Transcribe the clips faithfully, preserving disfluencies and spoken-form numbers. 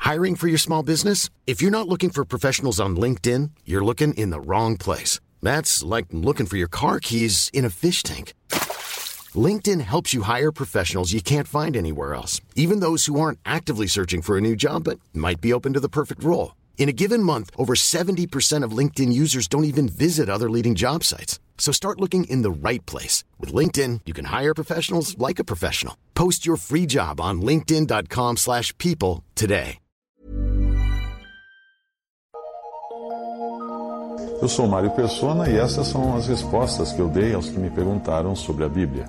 Hiring for your small business? If you're not looking for professionals on LinkedIn, you're looking in the wrong place. That's like looking for your car keys in a fish tank. LinkedIn helps you hire professionals you can't find anywhere else, even those who aren't actively searching for a new job but might be open to the perfect role. In a given month, over seventy percent of LinkedIn users don't even visit other leading job sites. So start looking in the right place. With LinkedIn, you can hire professionals like a professional. Post your free job on linkedin dot com slash people today. Eu sou Mário Persona e essas são as respostas que eu dei aos que me perguntaram sobre a Bíblia.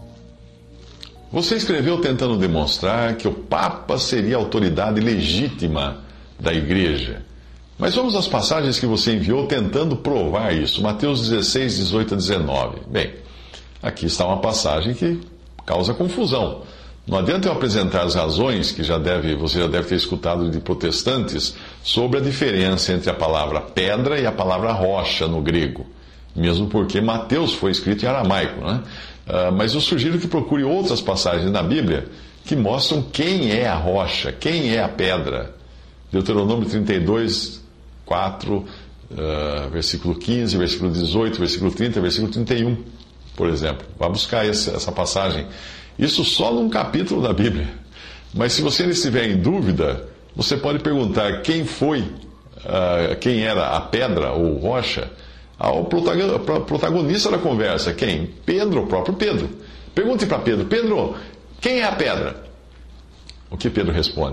Você escreveu tentando demonstrar que o Papa seria a autoridade legítima da Igreja. Mas vamos às passagens que você enviou tentando provar isso. Mateus dezesseis, dezoito a dezenove. Bem, aqui está uma passagem que causa confusão. Não adianta eu apresentar as razões que já deve, você já deve ter escutado de protestantes sobre a diferença entre a palavra pedra e a palavra rocha no grego. Mesmo porque Mateus foi escrito em aramaico, né? Uh, mas eu sugiro que procure outras passagens na Bíblia que mostram quem é a rocha, quem é a pedra. Deuteronômio trinta e dois, quatro, uh, versículo quinze, versículo dezoito, versículo trinta, versículo trinta e um, por exemplo. Vá buscar essa, essa passagem. Isso só num capítulo da Bíblia. Mas se você estiver em dúvida, você pode perguntar quem foi, uh, quem era a pedra ou rocha, ao protagonista da conversa. Quem? Pedro, o próprio Pedro. Pergunte para Pedro: Pedro, quem é a pedra? O que Pedro responde?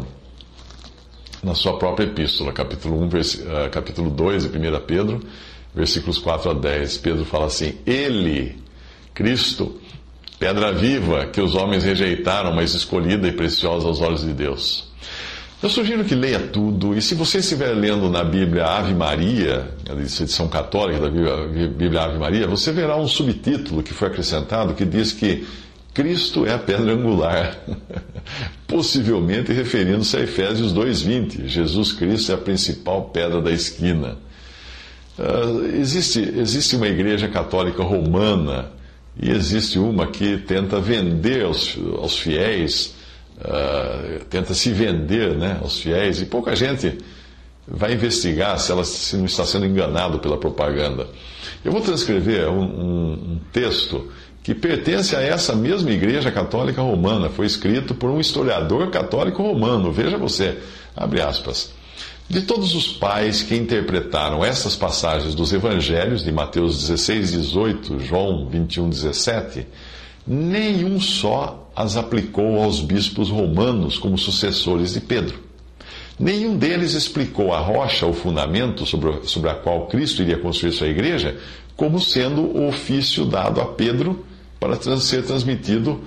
Na sua própria epístola, capítulo um, vers... uh, capítulo dois de primeira Pedro, versículos quatro a dez. Pedro fala assim: Ele, Cristo, pedra viva que os homens rejeitaram, mas escolhida e preciosa aos olhos de Deus. Eu sugiro que leia tudo, e se você estiver lendo na Bíblia Ave Maria, a edição católica da Bíblia Ave Maria, você verá um subtítulo que foi acrescentado que diz que Cristo é a pedra angular, possivelmente referindo-se a Efésios dois, vinte. Jesus Cristo é a principal pedra da esquina. Uh, existe, existe uma igreja católica romana, e existe uma que tenta vender aos, aos fiéis, uh, tenta se vender, né, aos fiéis, e pouca gente vai investigar se ela se não está sendo enganado pela propaganda. Eu vou transcrever um, um, um texto que pertence a essa mesma igreja católica romana. Foi escrito por um historiador católico romano. Veja você, abre aspas. De todos os pais que interpretaram essas passagens dos evangelhos de Mateus dezesseis, dezoito, João vinte e um, dezessete, nenhum só as aplicou aos bispos romanos como sucessores de Pedro. Nenhum deles explicou a rocha, o fundamento sobre, sobre a qual Cristo iria construir sua igreja, como sendo o ofício dado a Pedro para ser transmitido,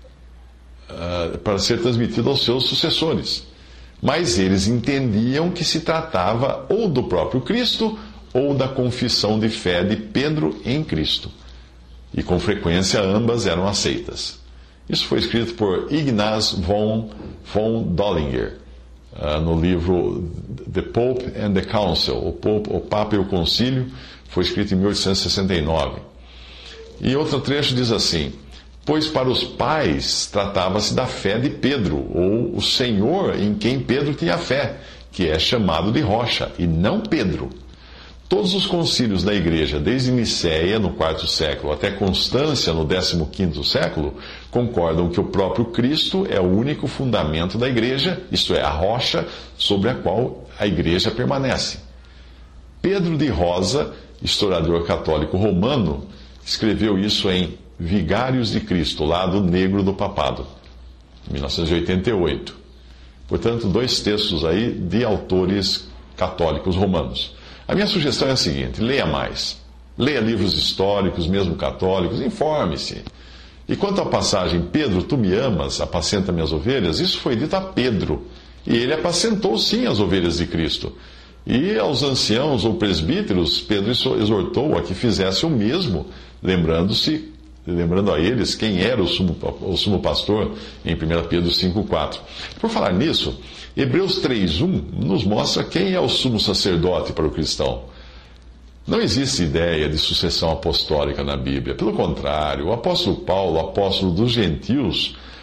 uh, para ser transmitido aos seus sucessores. Mas eles entendiam que se tratava ou do próprio Cristo ou da confissão de fé de Pedro em Cristo. E com frequência ambas eram aceitas. Isso foi escrito por Ignaz von, von Dollinger, uh, no livro The Pope and the Council, o, Pope, o Papa e o Concílio, foi escrito em mil oitocentos e sessenta e nove. E outro trecho diz assim: pois para os pais tratava-se da fé de Pedro, ou o Senhor em quem Pedro tinha fé, que é chamado de rocha, e não Pedro. Todos os concílios da igreja, desde Nicéia, no quarto século, até Constância, no décimo quinto século, concordam que o próprio Cristo é o único fundamento da igreja, isto é, a rocha sobre a qual a igreja permanece. Pedro de Rosa, historiador católico romano, escreveu isso em Vigários de Cristo, lado negro do papado, mil novecentos e oitenta e oito. Portanto, dois textos aí de autores católicos romanos. A minha sugestão é a seguinte: leia mais. Leia livros históricos, mesmo católicos, informe-se. E quanto à passagem, Pedro, tu me amas, apacenta minhas ovelhas, isso foi dito a Pedro. E ele apacentou sim as ovelhas de Cristo. E aos anciãos ou presbíteros, Pedro exortou a que fizesse o mesmo, lembrando-se, lembrando a eles quem era o sumo, o sumo pastor, em primeira Pedro cinco, quatro. Por falar nisso, Hebreus três, um nos mostra quem é o sumo sacerdote para o cristão. Não existe ideia de sucessão apostólica na Bíblia. Pelo contrário, o apóstolo Paulo, apóstolo dos gentios,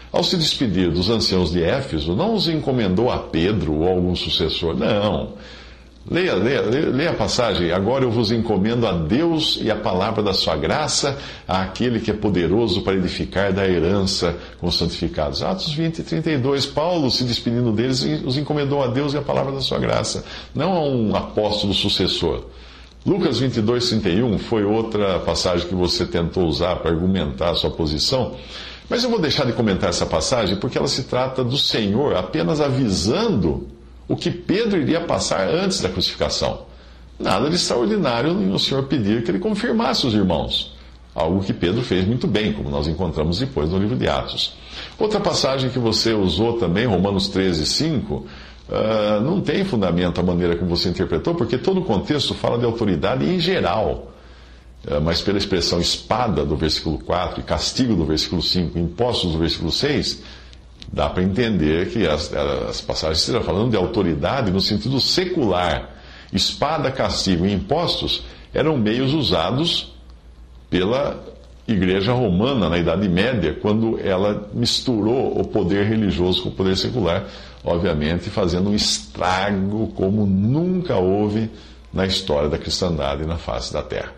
Ao se despedir dos anciãos de Éfeso, não os encomendou a Pedro ou algum sucessor, não. Leia, leia, leia a passagem. Agora eu vos encomendo a Deus e a palavra da sua graça, àquele que é poderoso para edificar da herança com os santificados. Atos vinte, trinta e dois, Paulo, se despedindo deles, os encomendou a Deus e a palavra da sua graça, não a um apóstolo sucessor. Lucas vinte e dois, trinta e um foi outra passagem que você tentou usar para argumentar a sua posição, mas eu vou deixar de comentar essa passagem porque ela se trata do Senhor apenas avisando o que Pedro iria passar antes da crucificação. Nada de extraordinário em o Senhor pedir que ele confirmasse os irmãos. Algo que Pedro fez muito bem, como nós encontramos depois no livro de Atos. Outra passagem que você usou também, Romanos treze, cinco, uh, não tem fundamento a maneira como você interpretou, porque todo o contexto fala de autoridade em geral. Uh, mas pela expressão espada do versículo quatro e castigo do versículo cinco, impostos do versículo seis... dá para entender que as, as passagens estão falando de autoridade no sentido secular. Espada, castigo e impostos eram meios usados pela Igreja Romana na Idade Média, quando ela misturou o poder religioso com o poder secular, obviamente fazendo um estrago como nunca houve na história da cristandade na face da Terra.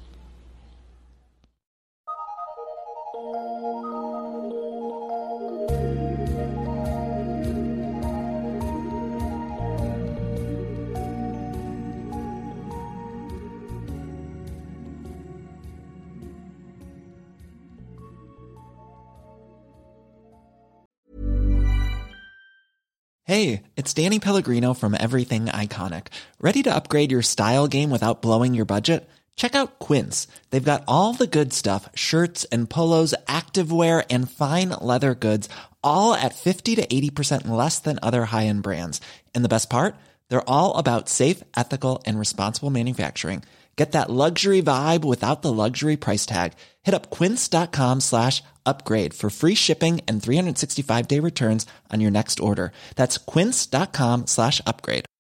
Hey, it's Danny Pellegrino from Everything Iconic. Ready to upgrade your style game without blowing your budget? Check out Quince. They've got all the good stuff, shirts and polos, activewear, and fine leather goods, all at fifty to eighty percent less than other high-end brands. And the best part? They're all about safe, ethical, and responsible manufacturing. Get that luxury vibe without the luxury price tag. Hit up quince.com slash upgrade for free shipping and three sixty-five day returns on your next order. That's quince.com slash upgrade.